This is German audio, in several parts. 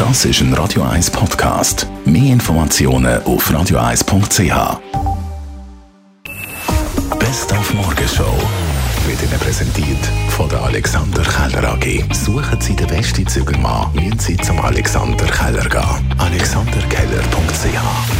Das ist ein Radio 1 Podcast. Mehr Informationen auf radio1.ch. Best auf Morgenshow wird Ihnen präsentiert von der Alexander Keller AG. Suchen Sie den besten Zügelmann, müssen Sie zum Alexander Keller gehen. alexanderkeller.ch.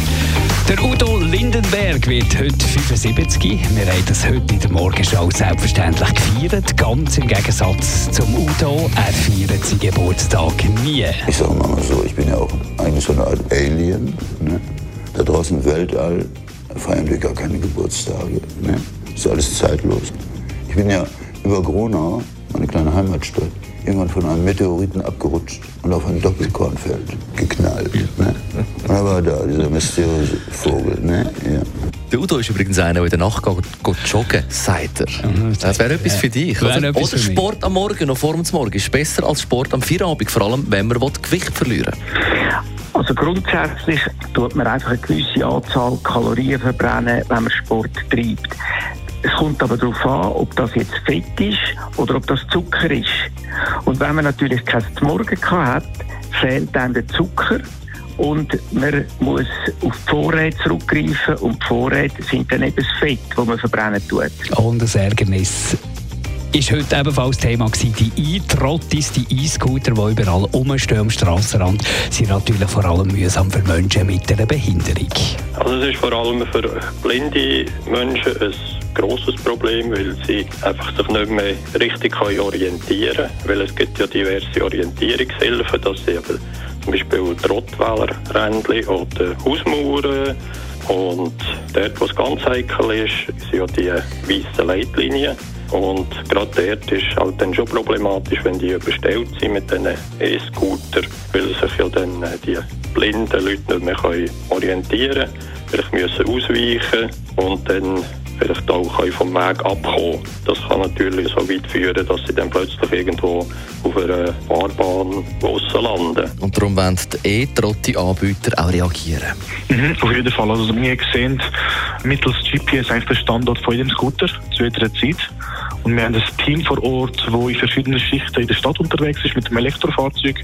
Der Udo Lindenberg wird heute 75. Wir haben das heute in der Morgenschau selbstverständlich gefeiert. Ganz im Gegensatz zum Udo, er feiert seinen Geburtstag nie. Ich sage mal so, ich bin ja auch eigentlich so eine Art Alien. Ne? Da draußen im Weltall feiern wir gar keine Geburtstage. Ne? Ist alles zeitlos. Ich bin ja über Gronau, meine kleine Heimatstadt, irgendwann von einem Meteoriten abgerutscht und auf ein Doppelkornfeld geknallt. Ne? Und da war da dieser mysteriöse Vogel. Ne? Ja. Der Udo ist übrigens einer, der in der Nacht geht joggen, sagt er. Das wäre etwas für dich. Oder Sport am Morgen, noch vor dem Morgen, ist besser als Sport am Feierabend, vor allem wenn man Gewicht verlieren will. Also grundsätzlich tut man einfach eine gewisse Anzahl Kalorien verbrennen, wenn man Sport treibt. Es kommt aber darauf an, ob das jetzt Fett ist oder ob das Zucker ist. Und wenn man natürlich kein Morgen hat, fehlt dann der Zucker und man muss auf die Vorräte zurückgreifen und die Vorräte sind dann eben das Fett, das man verbrennen tut. Und das Ärgernis ist heute ebenfalls Thema gewesen. Die E-Trottis, die E-Scooter, die überall rumstehen am Strassenrand, sind natürlich vor allem mühsam für Menschen mit einer Behinderung. Also es ist vor allem für blinde Menschen ein grosses Problem, weil sie einfach sich nicht mehr richtig orientieren können. Weil es gibt ja diverse Orientierungshilfen, dass sie eben zum Beispiel Rottweiler-Rändchen oder Hausmauern. Und dort, wo es ganz heikel ist, sind ja die weißen Leitlinien. Und gerade dort ist halt dann schon problematisch, wenn die überstellt sind mit diesen E-Scooter, weil sich ja dann die blinden Leute nicht mehr orientieren können, vielleicht müssen ausweichen und dann vielleicht auch vom Weg abkommen. Das kann natürlich so weit führen, dass sie dann plötzlich irgendwo auf einer Fahrbahn draussen landen. Und darum wollen die E-Trotti-Anbieter auch reagieren. Auf jeden Fall. Also wir sehen mittels GPS eigentlich den Standort von jedem Scooter zu jeder Zeit. Und wir haben ein Team vor Ort, das in verschiedenen Schichten in der Stadt unterwegs ist mit dem Elektrofahrzeug.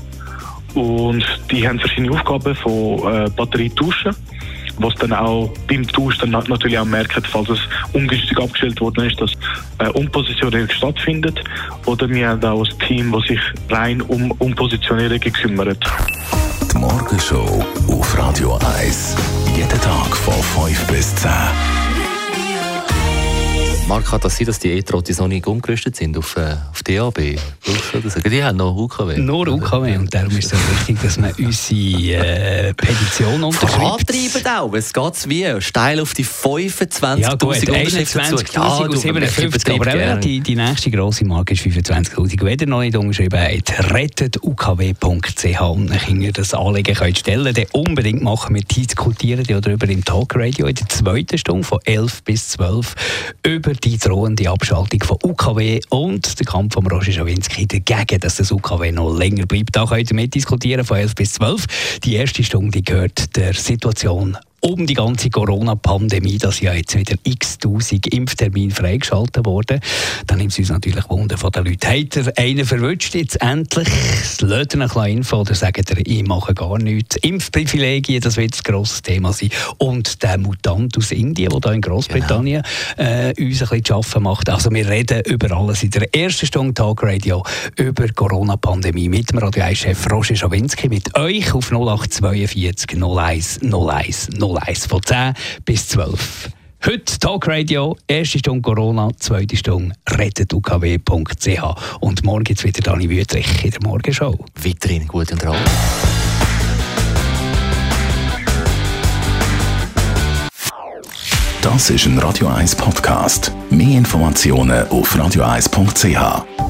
Und die haben verschiedene Aufgaben von Batterie tauschen, was dann auch beim Tausch dann natürlich auch merkt, falls es ungünstig abgestellt worden ist, dass Umpositionierung stattfindet. Oder wir haben auch ein Team, das sich rein um Umpositionierung kümmert. Die Morgenshow auf Radio 1. Jeden Tag von 5 bis 10. Marc, kann das sein, dass die E-Trottis noch nicht umgerüstet sind auf DAB? Die haben noch UKW. Nur UKW. Und darum ist es so wichtig, dass man unsere Petition unterschreibt. Antreiben auch. Es geht wie steil auf die 25'000 ja, gut, 21'000 und 57. Aber die nächste grosse Marke ist 25'000. Wenn ihr noch nicht unterschrieben habt, rettet ukw.ch und dann ihr das Anliegen könnt stellen. Dann unbedingt machen wir diskutieren darüber im Talkradio in der zweiten Stunde von 11 bis 12 über die drohende Abschaltung von UKW und der Kampf von Roger Schawinski dagegen, dass das UKW noch länger bleibt. Da könnt ihr mitdiskutieren von 11 bis 12. Die erste Stunde gehört der Situation um die ganze Corona-Pandemie, dass ja jetzt wieder x-tausend Impftermine freigeschaltet wurden. Dann nimmt es uns natürlich Wunder von den Leuten. Habt ihr einen verwünscht jetzt endlich? Lasst ihr ein bisschen Info oder sagt ihr, ich mache gar nichts? Impfprivilegien, das wird ein grosses Thema sein. Und der Mutant aus Indien, der hier in Grossbritannien uns ein bisschen zu arbeiten macht. Also wir reden über alles in der ersten Stunde Talkradio über die Corona-Pandemie mit dem Radio 1-Chef Roger Schawinski, mit euch auf 0842 01 01 01 von 10 bis 12. Heute Talkradio, erste Stunde Corona, zweite Stunde rettetukw.ch. Und morgen gibt es wieder Dani Wüthrich in der Morgenshow. Weiterhin gut und raus. Das ist ein Radio 1 Podcast. Mehr Informationen auf radio1.ch.